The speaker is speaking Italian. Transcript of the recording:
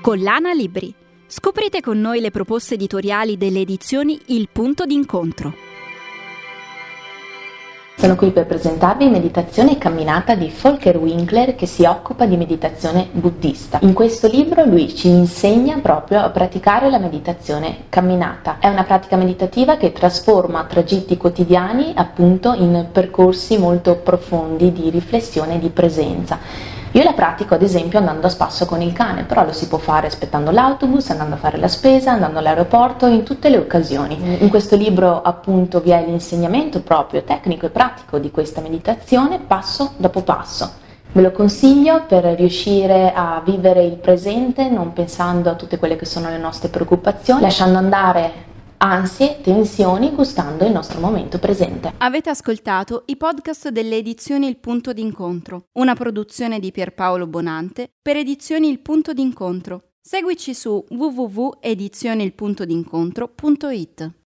Collana Libri. Scoprite con noi le proposte editoriali delle edizioni Il Punto d'Incontro. Sono qui per presentarvi Meditazione e camminata di Volker Winkler, che si occupa di meditazione buddista. In questo libro lui ci insegna proprio a praticare la meditazione camminata. È una pratica meditativa che trasforma tragitti quotidiani appunto in percorsi molto profondi di riflessione e di presenza. Io la pratico ad esempio andando a spasso con il cane, però lo si può fare aspettando l'autobus, andando a fare la spesa, andando all'aeroporto, in tutte le occasioni. In questo libro appunto vi è l'insegnamento proprio tecnico e pratico di questa meditazione passo dopo passo. Ve lo consiglio per riuscire a vivere il presente non pensando a tutte quelle che sono le nostre preoccupazioni, lasciando andare ansie, tensioni, gustando il nostro momento presente. Avete ascoltato i podcast delle edizioni Il Punto d'Incontro, una produzione di Pierpaolo Bonante per edizioni Il Punto d'Incontro. Seguici su www.edizionilpuntodincontro.it.